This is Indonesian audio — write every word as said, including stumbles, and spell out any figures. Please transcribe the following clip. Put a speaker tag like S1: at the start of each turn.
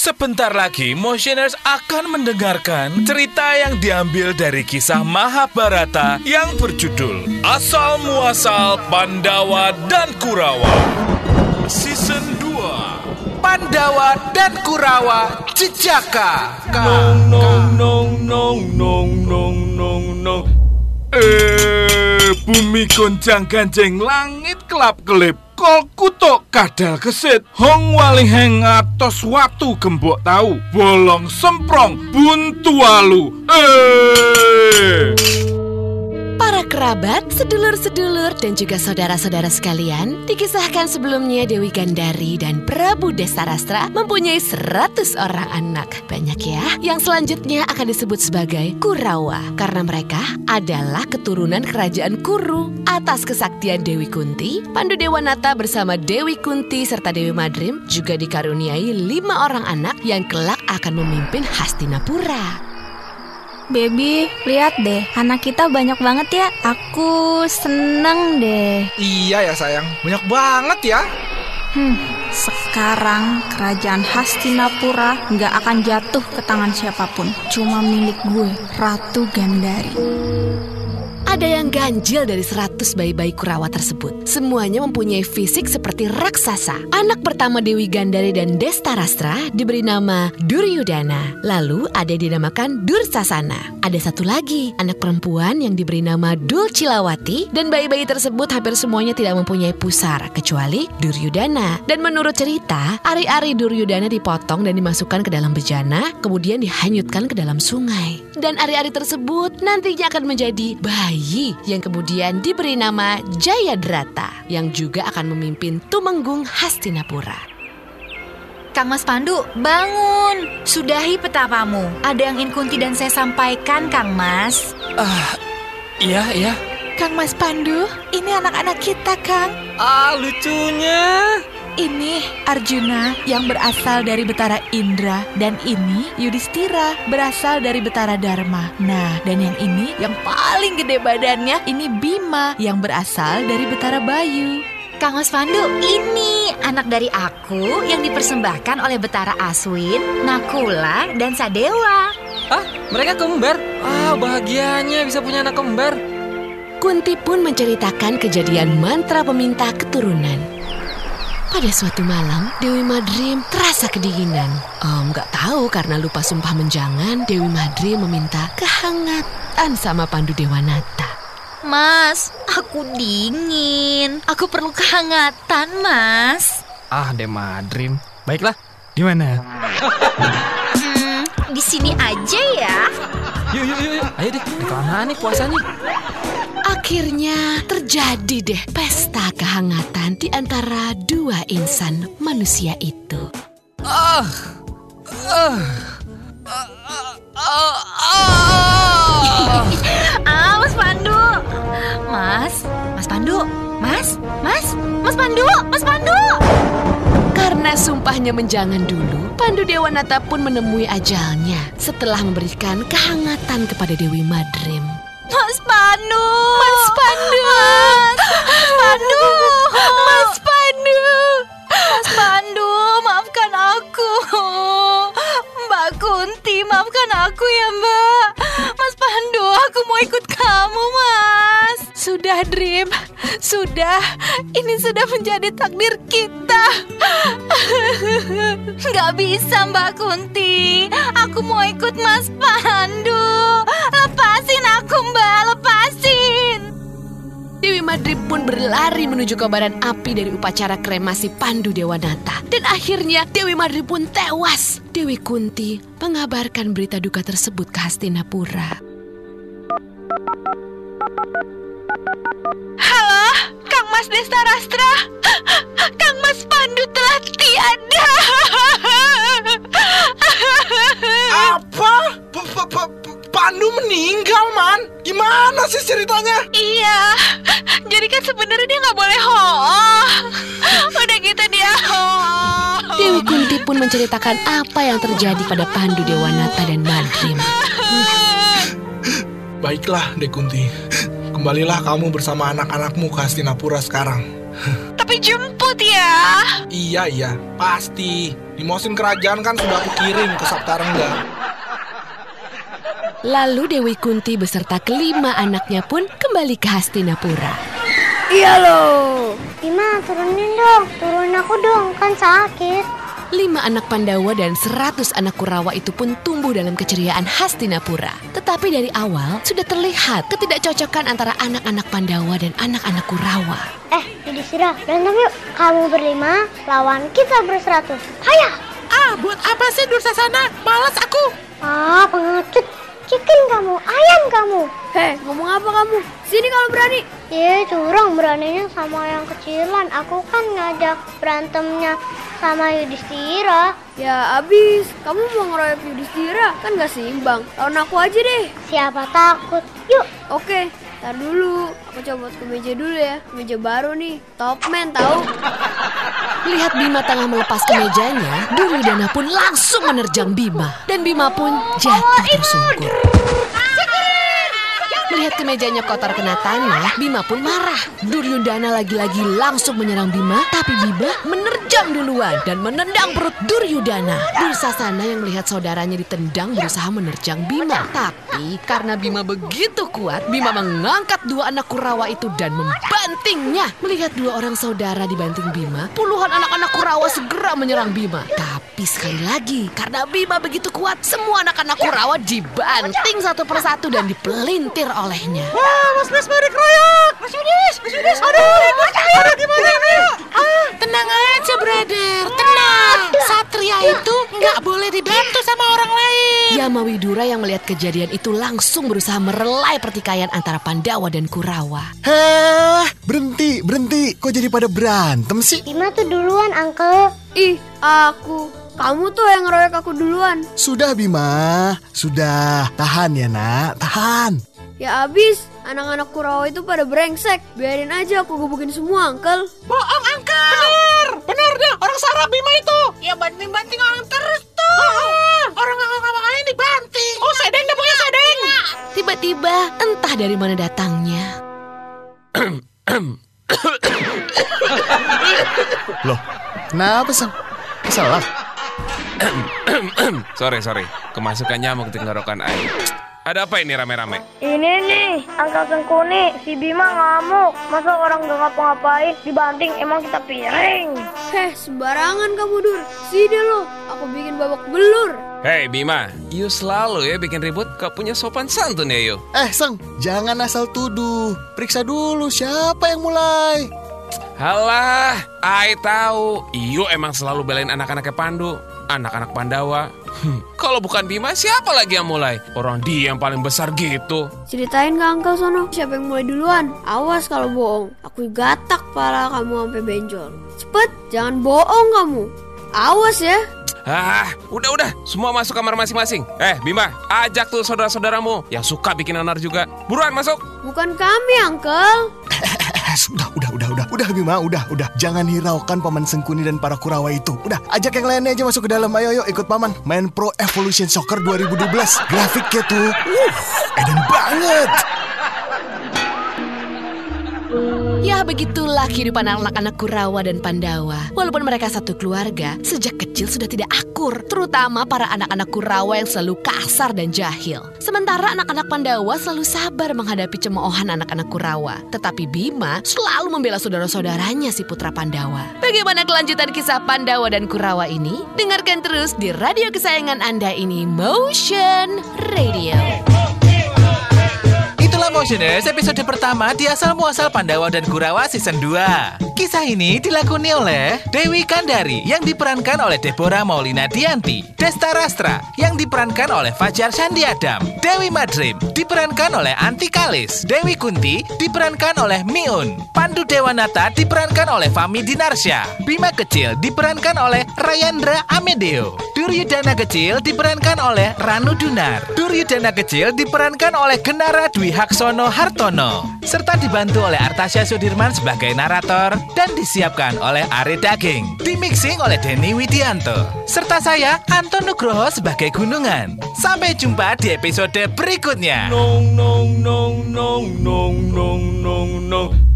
S1: Sebentar lagi Motioners akan mendengarkan cerita yang diambil dari kisah Mahabharata yang berjudul Asal Muasal Pandawa dan Kurawa. Season dua.
S2: Pandawa dan Kurawa Jejaka.
S1: Nong nong nong nong nong nong nong nong. Eh, bumi gonjang ganjeng, langit kelap-kelip. Kol kutuk kadal kesit, hong wali heng atos watu gembok tahu, bolong semprong buntu alu. Eh.
S3: Para kerabat, sedulur-sedulur, dan juga saudara-saudara sekalian, dikisahkan sebelumnya Dewi Gandari dan Prabu Destarastra mempunyai seratus orang anak. Banyak ya, yang selanjutnya akan disebut sebagai Kurawa, karena mereka adalah keturunan kerajaan Kuru. Atas kesaktian Dewi Kunti, Pandu Dewanata bersama Dewi Kunti serta Dewi Madrim juga dikaruniai lima orang anak yang kelak akan memimpin Hastinapura.
S4: Baby, lihat deh, anak kita banyak banget ya. Aku seneng deh.
S2: Iya ya sayang, banyak banget ya.
S4: Hmm, sekarang kerajaan Hastinapura nggak akan jatuh ke tangan siapapun. Cuma milik gue, Ratu Gandari.
S3: Ada yang ganjil dari seratus bayi-bayi Kurawa tersebut. Semuanya mempunyai fisik seperti raksasa. Anak pertama Dewi Gandari dan Destarastra diberi nama Duryudana. Lalu ada yang dinamakan Dursasana. Ada satu lagi, anak perempuan yang diberi nama Dulcilawati. Dan bayi-bayi tersebut hampir semuanya tidak mempunyai pusar, kecuali Duryudana. Dan menurut cerita, ari-ari Duryudana dipotong dan dimasukkan ke dalam bejana, kemudian dihanyutkan ke dalam sungai. Dan ari-ari tersebut nantinya akan menjadi bayi yang kemudian diberi nama Jayadrata, yang juga akan memimpin Tumenggung Hastinapura.
S5: Kang Mas Pandu, bangun. Sudahi petapamu. Ada yang ingin Kunti dan saya sampaikan, Kang Mas.
S6: Ah, iya, iya.
S7: Kang Mas Pandu, ini anak-anak kita, Kang.
S6: Ah, lucunya.
S7: Ini Arjuna yang berasal dari Betara Indra, dan ini Yudhistira berasal dari Betara Dharma. Nah, dan yang ini yang paling gede badannya, ini Bima yang berasal dari Betara Bayu.
S5: Kang Mas Pandu, ini anak dari aku yang dipersembahkan oleh Betara Aswin, Nakula, dan Sadewa.
S6: Ah, mereka kembar. Ah, bahagianya bisa punya anak kembar.
S3: Kunti pun menceritakan kejadian mantra peminta keturunan. Pada suatu malam, Dewi Madrim terasa kedinginan. Om gak tahu karena lupa sumpah menjangan, Dewi Madrim meminta kehangatan sama Pandu Dewanata.
S5: Mas, aku dingin. Aku perlu kehangatan, Mas.
S6: Ah, Dewi Madrim. Baiklah, di mana?
S5: Hmm, di sini aja ya.
S6: Yuk, yuk, yuk, yuk. Ayo deh, kelamaan nih puasanya.
S3: Akhirnya terjadi deh pesta kehangatan di antara dua insan manusia itu.
S6: Ah, ah, ah, ah, ah.
S5: Ah, Mas Pandu. Mas, Mas Pandu. Mas, Mas, Mas Pandu, Mas Pandu.
S3: Karena sumpahnya menjangan dulu, Pandu Dewanata pun menemui ajalnya setelah memberikan kehangatan kepada Dewi Madrim.
S5: Mas Pandu,
S7: Mas Pandu,
S5: Mas, Mas Pandu,
S7: Mas Pandu,
S5: Mas Pandu, maafkan aku. Mbak Kunti, maafkan aku ya Mbak. Mas Pandu, aku mau ikut kamu, Mas.
S7: Sudah, Dream. Sudah. Ini sudah menjadi takdir kita.
S5: Nggak bisa, Mbak Kunti. Aku mau ikut Mas Pandu. Lepasin aku, Mbak. Lepasin.
S3: Dewi Madrim pun berlari menuju kobaran api dari upacara kremasi Pandu Dewanata. Dan akhirnya Dewi Madrim pun tewas. Dewi Kunti mengabarkan berita duka tersebut ke Hastinapura.
S7: Halo, Kang Mas Destarastra. Kang Mas Pandu telah tiada.
S2: Apa? Pandu meninggal, Man? Gimana sih ceritanya?
S7: Iya, jadi kan sebenarnya dia nggak boleh hoor. Udah gitu dia hoor.
S3: Dewi Kunti pun menceritakan apa yang terjadi pada Pandu Dewanata dan Madrim.
S2: Baiklah, Dek Kunti. Kembalilah kamu bersama anak-anakmu ke Hastinapura sekarang.
S7: tapi jemput ya.
S2: Iya, iya, pasti. Limosin kerajaan kan sudah aku kirim ke Saptarengga.
S3: Lalu Dewi Kunti beserta kelima anaknya pun kembali ke Hastinapura.
S8: Iya loh. Bima, turunin dong. Turunin aku dong, kan sakit.
S3: Lima anak Pandawa dan seratus anak Kurawa itu pun tumbuh dalam keceriaan Hastinapura. Tetapi dari awal sudah terlihat ketidakcocokan antara anak-anak Pandawa dan anak-anak Kurawa.
S8: Eh, Yudhistira, berantem yuk. Kamu berlima, lawan kita berseratus. Hayah!
S7: Ah, buat apa sih Dursasana? Malas aku.
S8: Ah, pengecut. Chicken kamu, ayam kamu.
S9: Hei, ngomong apa kamu? Sini kalau berani.
S8: Ye, curang beraninya sama yang kecilan. Aku kan ngajak berantemnya sama Yudhistira.
S9: Ya abis, kamu mau ngeroyok Yudhistira? Kan gak seimbang. Lawan aku aja deh.
S8: Siapa takut? Yuk.
S9: Oke, tar dulu. Aku coba ke meja dulu ya. Meja baru nih. Top man tahu.
S3: Lihat Bima tengah melepas kemejanya, Duryudana pun langsung menerjang Bima. Dan Bima pun jatuh tersungkur. Melihat kemejanya kotor kena tanah, Bima pun marah. Duryudana lagi-lagi langsung menyerang Bima, tapi Bima menerjang duluan dan menendang perut Duryudana. Dursasana yang melihat saudaranya ditendang berusaha menerjang Bima. Tapi karena Bima begitu kuat, Bima mengangkat dua anak Kurawa itu dan membantingnya. Melihat dua orang saudara dibanting Bima, puluhan anak-anak Kurawa segera menyerang Bima. Tapi sekali lagi, karena Bima begitu kuat, semua anak-anak Kurawa dibanting satu persatu dan dipelintir olehnya.
S7: Wah, Mas Mas mau dikeroyok. Mas Yudis, Mas Yudis, aduh, Mas Yudis, gimana ayo? Ah, tenang aja, brother, tenang. Satria itu nggak boleh dibantu sama orang lain.
S3: Yamawidura yang melihat kejadian itu langsung berusaha merelai pertikaian antara Pandawa dan Kurawa.
S10: Heh, berhenti, berhenti. Kok jadi pada berantem sih?
S8: Bima tuh duluan, Uncle.
S9: Ih, aku. Kamu tuh yang ngeroyok aku duluan.
S10: Sudah, Bima. Sudah. Tahan ya, nak. Tahan.
S9: Ya abis, anak-anak Kurawa itu pada brengsek. Biarin aja aku gebukin semua, Uncle.
S7: Bohong, Uncle. Bener, bener deh. Orang sarap Bima itu. Ya banting-banting orang terus tuh. Oh, orang ngapa-ngapain dibanting. Oh, sedeng dah punya sedeng.
S3: Tiba-tiba, entah dari mana datangnya.
S10: Loh, kenapa, Sam? Salah.
S11: sorry, sorry. Kemasukan nyamuk di tenggorokan air. Ada apa ini rame-rame?
S8: Ini nih, Uncle Sengkuni, si Bima ngamuk. Masa orang gak ngapa-ngapain dibanting, emang kita piring.
S9: Heh, sembarangan kamu, Dur. Sini lo, aku bikin babak belur.
S11: Hei Bima, you selalu ya bikin ribut, gak punya sopan santun ya you.
S10: Eh Sang, jangan asal tuduh. Periksa dulu siapa yang mulai.
S11: Halah, I tahu. Iyo emang selalu belain anak-anaknya Pandu, anak-anak Pandawa. Hmm, kalau bukan Bima, siapa lagi yang mulai? Orang dia yang paling besar gitu.
S9: Ceritain ke Uncle sono, siapa yang mulai duluan? Awas kalau bohong, aku gatak pala kamu sampai benjol. Cepet, jangan bohong kamu. Awas ya.
S11: Ah, udah-udah, semua masuk kamar masing-masing. Eh, Bima, ajak tuh saudara-saudaramu yang suka bikin onar juga. Buruan masuk.
S9: Bukan kami, Uncle.
S10: Udah, udah, udah, udah, udah Bima, udah, udah. Jangan hiraukan Paman Sengkuni dan para Kurawa itu. Udah, ajak yang lainnya aja masuk ke dalam. Ayo, ayo, ikut Paman. Main Pro Evolution Soccer dua ribu dua belas. Grafiknya tuh, uh, edan banget.
S3: Ya begitulah kehidupan anak-anak Kurawa dan Pandawa. Walaupun mereka satu keluarga, sejak kecil sudah tidak akur. Terutama para anak-anak Kurawa yang selalu kasar dan jahil. Sementara anak-anak Pandawa selalu sabar menghadapi cemoohan anak-anak Kurawa. Tetapi Bima selalu membela saudara-saudaranya si putra Pandawa. Bagaimana kelanjutan kisah Pandawa dan Kurawa ini? Dengarkan terus di radio kesayangan Anda ini, Motion Radio.
S12: Itulah Motioners episode pertama di Asal Muasal Pandawa dan Kurawa season dua. Kisah ini dilakoni oleh Dewi Kandari yang diperankan oleh Deborah Maulina Dianti, Desta Rastra yang diperankan oleh Fajar Sandi Adam, Dewi Madrim diperankan oleh Anti Kalis, Dewi Kunti diperankan oleh Miun, Pandu Dewanata diperankan oleh Fami Dinarsya, Bima Kecil diperankan oleh Rayandra Amedeo, Duryudana Kecil diperankan oleh Ranu Dunar, Duryudana Kecil diperankan oleh Genara Dwi Haksono Hartono, serta dibantu oleh Artasya Sudirman sebagai narator dan disiapkan oleh Are Daging, dimixing oleh Denny Widianto, serta saya Anton Nugroho sebagai Gunungan. Sampai jumpa di episode berikutnya.
S1: Nong nong nong nong nong nong nong nong.